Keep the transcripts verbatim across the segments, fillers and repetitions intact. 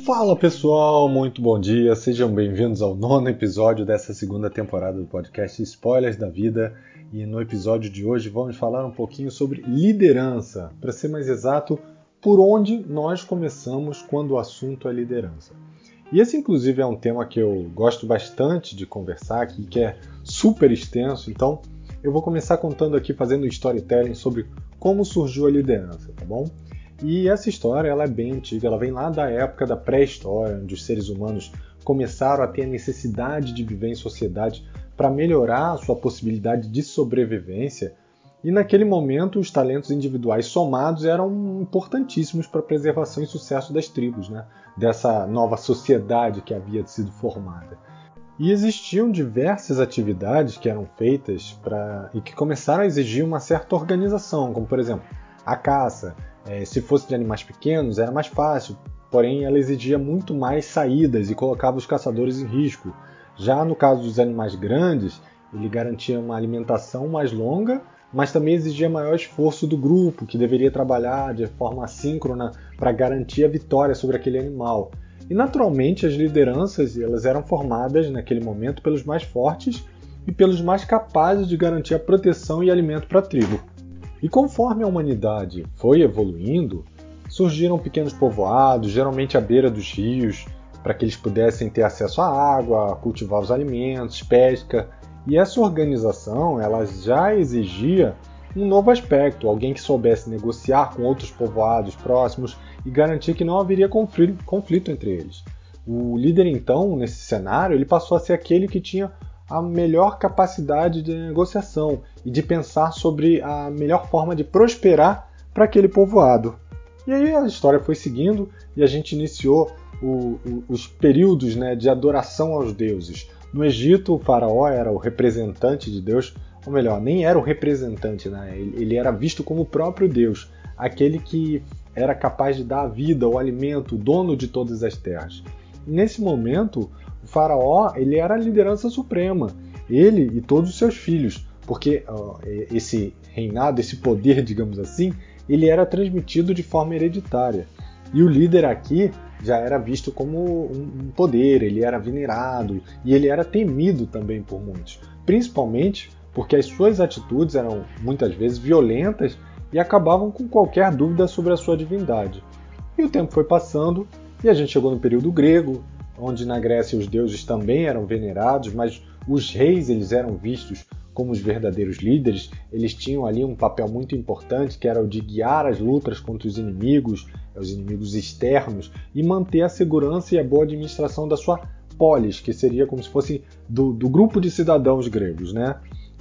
Fala pessoal, muito bom dia, sejam bem-vindos ao nono episódio dessa segunda temporada do podcast Spoilers da Vida. E no episódio de hoje vamos falar um pouquinho sobre liderança, para ser mais exato, por onde nós começamos quando o assunto é liderança. E esse inclusive é um tema que eu gosto bastante de conversar aqui, que é super extenso, então eu vou começar contando aqui, fazendo storytelling sobre como surgiu a liderança, tá bom? E essa história ela é bem antiga, ela vem lá da época da pré-história, onde os seres humanos começaram a ter a necessidade de viver em sociedade para melhorar a sua possibilidade de sobrevivência. E naquele momento os talentos individuais somados eram importantíssimos para a preservação e sucesso das tribos, né? Dessa nova sociedade que havia sido formada. E existiam diversas atividades que eram feitas pra... e que começaram a exigir uma certa organização, como por exemplo a caça. É, se fosse de animais pequenos era mais fácil, porém ela exigia muito mais saídas e colocava os caçadores em risco. Já no caso dos animais grandes, ele garantia uma alimentação mais longa, mas também exigia maior esforço do grupo, que deveria trabalhar de forma assíncrona para garantir a vitória sobre aquele animal. E naturalmente as lideranças elas eram formadas naquele momento pelos mais fortes e pelos mais capazes de garantir a proteção e alimento para a tribo. E conforme a humanidade foi evoluindo, surgiram pequenos povoados, geralmente à beira dos rios, para que eles pudessem ter acesso à água, cultivar os alimentos, pesca. E essa organização ela já exigia um novo aspecto, alguém que soubesse negociar com outros povoados próximos e garantir que não haveria conflito, conflito entre eles. O líder, então, nesse cenário, ele passou a ser aquele que tinha a melhor capacidade de negociação e de pensar sobre a melhor forma de prosperar para aquele povoado. E aí a história foi seguindo e a gente iniciou o, o, os períodos, né, de adoração aos deuses. No Egito, o faraó era o representante de Deus, ou melhor, nem era o representante, né? ele, ele era visto como o próprio Deus, aquele que era capaz de dar a vida, o alimento, o dono de todas as terras. E nesse momento, o faraó ele era a liderança suprema, ele e todos os seus filhos, porque ó, esse reinado, esse poder, digamos assim, ele era transmitido de forma hereditária. E o líder aqui já era visto como um poder, ele era venerado e ele era temido também por muitos, principalmente porque as suas atitudes eram muitas vezes violentas e acabavam com qualquer dúvida sobre a sua divindade. E o tempo foi passando e a gente chegou no período grego, onde na Grécia os deuses também eram venerados, mas os reis eles eram vistos como os verdadeiros líderes. Eles tinham ali um papel muito importante, que era o de guiar as lutas contra os inimigos, os inimigos externos, e manter a segurança e a boa administração da sua polis, que seria como se fosse do, do grupo de cidadãos gregos, né?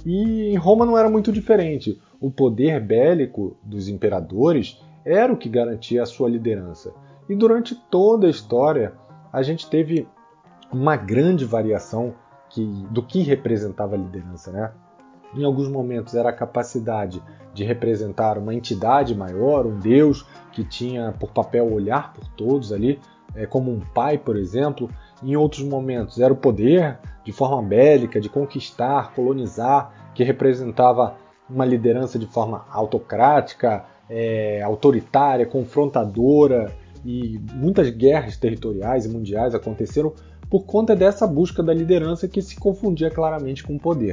E em Roma não era muito diferente. O poder bélico dos imperadores era o que garantia a sua liderança. E durante toda a história, a gente teve uma grande variação que, do que representava a liderança, né? Em alguns momentos era a capacidade de representar uma entidade maior, um deus que tinha por papel olhar por todos ali, como um pai, por exemplo. Em outros momentos era o poder de forma bélica, de conquistar, colonizar, que representava uma liderança de forma autocrática, é, autoritária, confrontadora. E muitas guerras territoriais e mundiais aconteceram por conta dessa busca da liderança que se confundia claramente com o poder.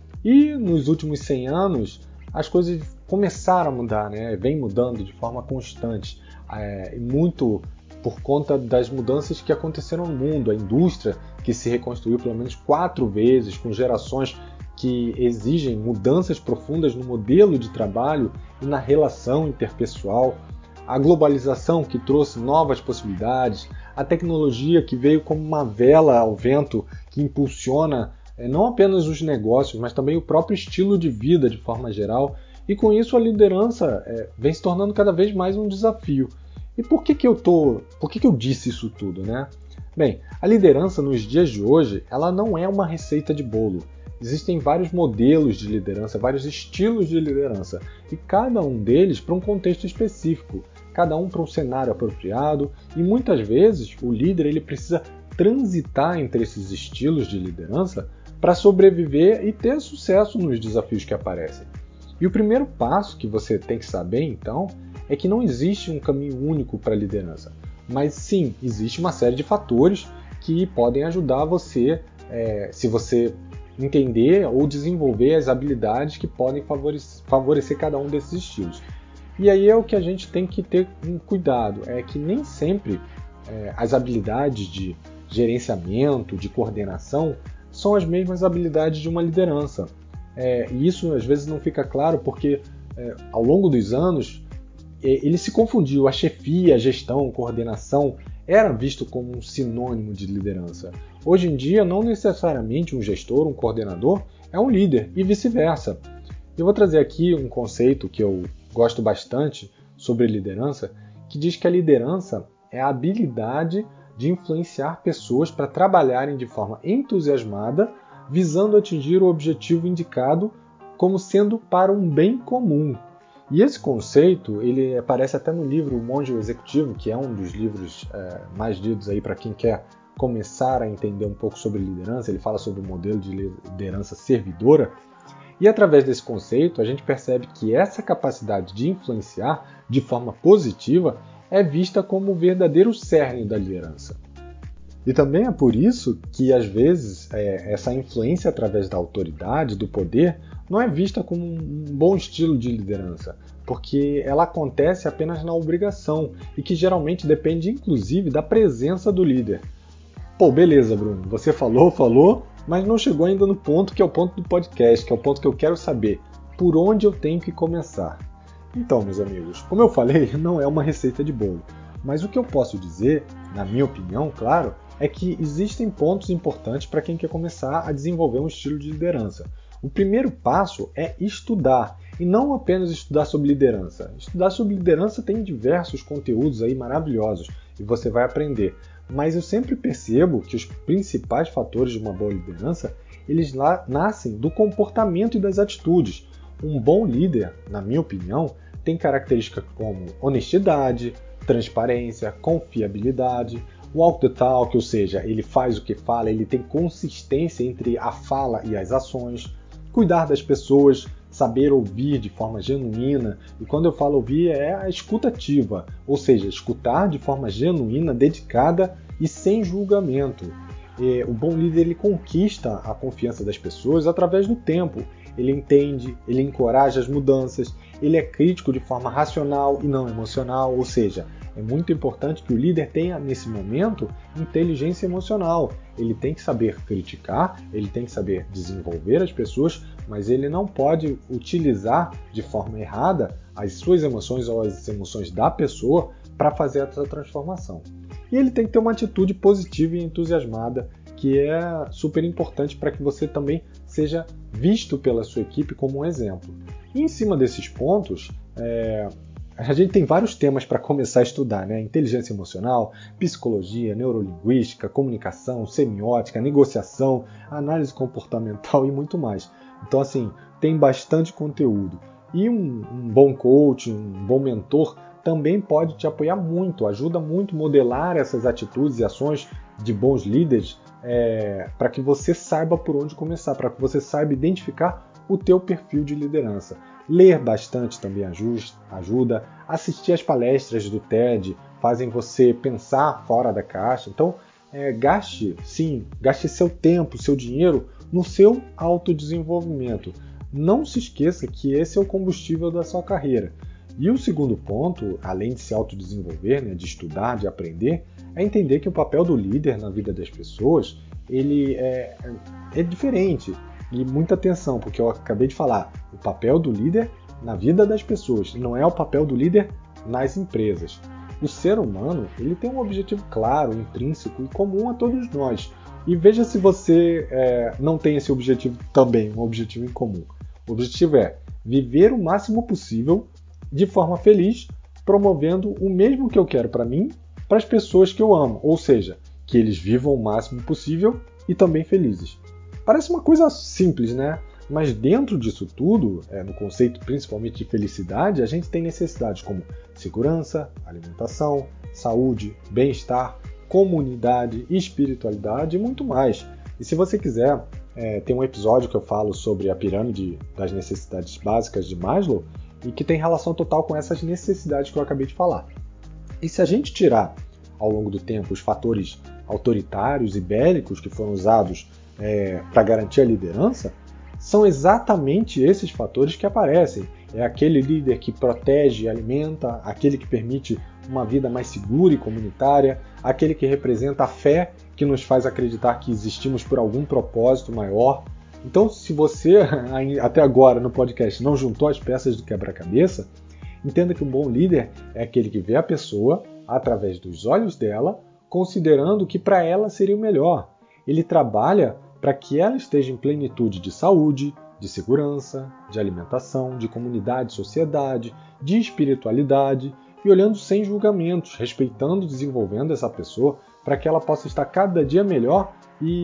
E nos últimos cem anos as coisas começaram a mudar, né? Vem mudando de forma constante, é, muito por conta das mudanças que aconteceram no mundo, a indústria que se reconstruiu pelo menos quatro vezes, com gerações que exigem mudanças profundas no modelo de trabalho e na relação interpessoal, a globalização que trouxe novas possibilidades, a tecnologia que veio como uma vela ao vento que impulsiona é, não apenas os negócios, mas também o próprio estilo de vida de forma geral, e com isso a liderança é, vem se tornando cada vez mais um desafio. E por que que eu tô, por que que eu disse isso tudo, né? Bem, a liderança nos dias de hoje, ela não é uma receita de bolo. Existem vários modelos de liderança, vários estilos de liderança, e cada um deles para um contexto específico, cada um para um cenário apropriado, e muitas vezes o líder ele precisa transitar entre esses estilos de liderança para sobreviver e ter sucesso nos desafios que aparecem. E o primeiro passo que você tem que saber, então, é que não existe um caminho único para a liderança. Mas sim, existe uma série de fatores que podem ajudar você, é, se você entender ou desenvolver as habilidades que podem favorecer, favorecer cada um desses estilos. E aí é o que a gente tem que ter um cuidado, é que nem sempre é, as habilidades de gerenciamento, de coordenação, são as mesmas habilidades de uma liderança. É, e isso às vezes não fica claro porque é, ao longo dos anos é, ele se confundiu, a chefia, a gestão, coordenação era visto como um sinônimo de liderança. Hoje em dia não necessariamente um gestor, um coordenador é um líder e vice-versa. Eu vou trazer aqui um conceito que eu gosto bastante sobre liderança, que diz que a liderança é a habilidade de influenciar pessoas para trabalharem de forma entusiasmada, visando atingir o objetivo indicado como sendo para um bem comum. E esse conceito, ele aparece até no livro O Monge Executivo, que é um dos livros é, mais lidos aí para quem quer começar a entender um pouco sobre liderança. Ele fala sobre o modelo de liderança servidora. E através desse conceito, a gente percebe que essa capacidade de influenciar de forma positiva é vista como o verdadeiro cerne da liderança. E também é por isso que, às vezes, é, essa influência através da autoridade, do poder, não é vista como um bom estilo de liderança, porque ela acontece apenas na obrigação e que geralmente depende, inclusive, da presença do líder. Pô, beleza, Bruno, você falou, falou, mas não chegou ainda no ponto que é o ponto do podcast, que é o ponto que eu quero saber. Por onde eu tenho que começar? Então, meus amigos, como eu falei, não é uma receita de bolo. Mas o que eu posso dizer, na minha opinião, claro, é que existem pontos importantes para quem quer começar a desenvolver um estilo de liderança. O primeiro passo é estudar, e não apenas estudar sobre liderança. Estudar sobre liderança tem diversos conteúdos aí maravilhosos, e você vai aprender. Mas eu sempre percebo que os principais fatores de uma boa liderança, eles lá nascem do comportamento e das atitudes. Um bom líder, na minha opinião, tem características como honestidade, transparência, confiabilidade, walk the talk, ou seja, ele faz o que fala, ele tem consistência entre a fala e as ações, cuidar das pessoas, saber ouvir de forma genuína, e quando eu falo ouvir é a escuta ativa, ou seja, escutar de forma genuína, dedicada e sem julgamento. E o bom líder ele conquista a confiança das pessoas através do tempo. Ele entende, ele encoraja as mudanças, ele é crítico de forma racional e não emocional, ou seja, é muito importante que o líder tenha, nesse momento, inteligência emocional. Ele tem que saber criticar, ele tem que saber desenvolver as pessoas, mas ele não pode utilizar de forma errada as suas emoções ou as emoções da pessoa para fazer essa transformação. E ele tem que ter uma atitude positiva e entusiasmada, que é super importante para que você também seja visto pela sua equipe como um exemplo. E em cima desses pontos, é... a gente tem vários temas para começar a estudar, né? Inteligência emocional, psicologia, neurolinguística, comunicação, semiótica, negociação, análise comportamental e muito mais. Então, assim, tem bastante conteúdo. E um, um bom coach, um bom mentor também pode te apoiar muito, ajuda muito a modelar essas atitudes e ações de bons líderes é, para que você saiba por onde começar, para que você saiba identificar o teu perfil de liderança. Ler bastante também ajuda, assistir às palestras do TED fazem você pensar fora da caixa. Então, é, gaste, sim, gaste seu tempo, seu dinheiro no seu autodesenvolvimento. Não se esqueça que esse é o combustível da sua carreira. E o segundo ponto, além de se autodesenvolver, né, de estudar, de aprender, é entender que o papel do líder na vida das pessoas ele é, é diferente. E muita atenção, porque eu acabei de falar, o papel do líder na vida das pessoas, não é o papel do líder nas empresas. O ser humano ele tem um objetivo claro, intrínseco e comum a todos nós. E veja se você é, não tem esse objetivo também, um objetivo em comum. O objetivo é viver o máximo possível de forma feliz, promovendo o mesmo que eu quero para mim, para as pessoas que eu amo, ou seja, que eles vivam o máximo possível e também felizes. Parece uma coisa simples, né? Mas dentro disso tudo, é, no conceito principalmente de felicidade, a gente tem necessidades como segurança, alimentação, saúde, bem-estar, comunidade, espiritualidade e muito mais. E se você quiser, é, tem um episódio que eu falo sobre a pirâmide das necessidades básicas de Maslow e que tem relação total com essas necessidades que eu acabei de falar. E se a gente tirar ao longo do tempo os fatores autoritários e bélicos que foram usados é, para garantir a liderança, são exatamente esses fatores que aparecem. É aquele líder que protege e alimenta, aquele que permite uma vida mais segura e comunitária, aquele que representa a fé que nos faz acreditar que existimos por algum propósito maior. Então, se você até agora no podcast não juntou as peças do quebra-cabeça, entenda que um bom líder é aquele que vê a pessoa através dos olhos dela, considerando que para ela seria o melhor. Ele trabalha para que ela esteja em plenitude de saúde, de segurança, de alimentação, de comunidade, sociedade, de espiritualidade, e olhando sem julgamentos, respeitando e desenvolvendo essa pessoa para que ela possa estar cada dia melhor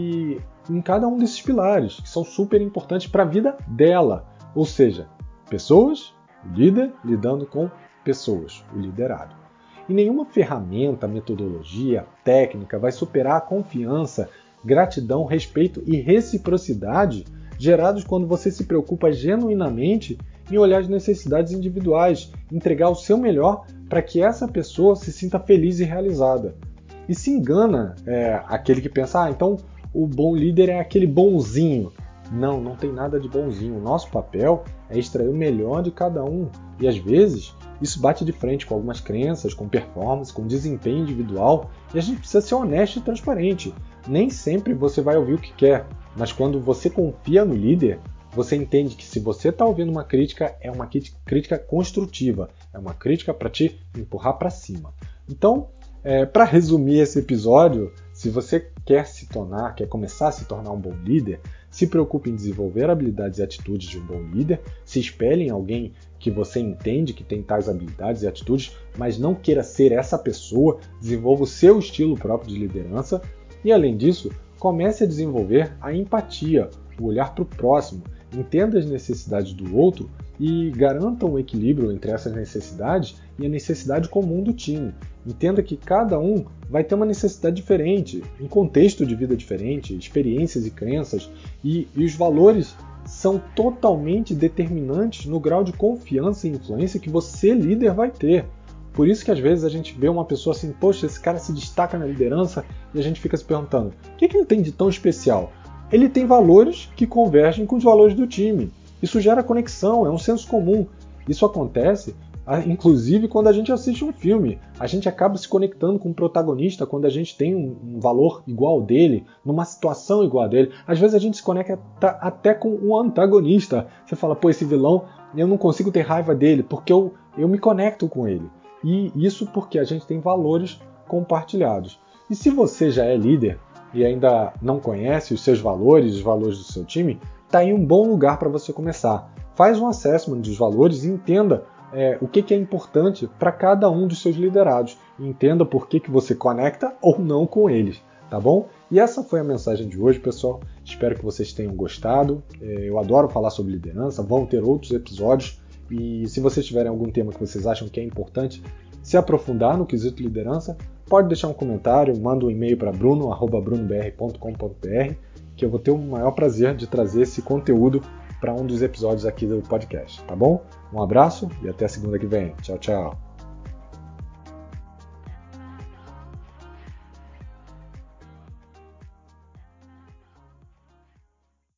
e em cada um desses pilares, que são super importantes para a vida dela. Ou seja, pessoas, o líder lidando com pessoas, o liderado. E nenhuma ferramenta, metodologia, técnica vai superar a confiança, gratidão, respeito e reciprocidade gerados quando você se preocupa genuinamente em olhar as necessidades individuais, entregar o seu melhor para que essa pessoa se sinta feliz e realizada. E se engana é, aquele que pensa, ah, então o bom líder é aquele bonzinho. Não, não tem nada de bonzinho. O nosso papel é extrair o melhor de cada um. E às vezes isso bate de frente com algumas crenças, com performance, com desempenho individual. E a gente precisa ser honesto e transparente. Nem sempre você vai ouvir o que quer, mas quando você confia no líder, você entende que se você está ouvindo uma crítica, é uma crítica construtiva, é uma crítica para te empurrar para cima. Então, é, para resumir esse episódio, se você quer se tornar, quer começar a se tornar um bom líder, se preocupe em desenvolver habilidades e atitudes de um bom líder, se espelhe em alguém que você entende que tem tais habilidades e atitudes, mas não queira ser essa pessoa, desenvolva o seu estilo próprio de liderança e, além disso, comece a desenvolver a empatia, o olhar para o próximo, entenda as necessidades do outro e garanta um equilíbrio entre essas necessidades e a necessidade comum do time. Entenda que cada um vai ter uma necessidade diferente, um contexto de vida diferente, experiências e crenças, e, e os valores são totalmente determinantes no grau de confiança e influência que você, líder, vai ter. Por isso que às vezes a gente vê uma pessoa assim, poxa, esse cara se destaca na liderança, e a gente fica se perguntando, o que, que ele tem de tão especial? Ele tem valores que convergem com os valores do time. Isso gera conexão, é um senso comum. Isso acontece, inclusive, quando a gente assiste um filme. A gente acaba se conectando com o protagonista quando a gente tem um valor igual dele, numa situação igual a dele. Às vezes a gente se conecta até com o antagonista. Você fala, pô, esse vilão, eu não consigo ter raiva dele, porque eu, eu me conecto com ele. E isso porque a gente tem valores compartilhados. E se você já é líder e ainda não conhece os seus valores, os valores do seu time, está aí um bom lugar para você começar. Faz um assessment dos valores e entenda é, o que, que é importante para cada um dos seus liderados. E entenda por que, que você conecta ou não com eles, tá bom? E essa foi a mensagem de hoje, pessoal. Espero que vocês tenham gostado. É, eu adoro falar sobre liderança, vão ter outros episódios. E se vocês tiverem algum tema que vocês acham que é importante se aprofundar no quesito liderança, pode deixar um comentário, manda um e-mail para bruno arroba bruno b r ponto com ponto b r, que eu vou ter o maior prazer de trazer esse conteúdo para um dos episódios aqui do podcast, tá bom? Um abraço e até a segunda que vem. Tchau, tchau!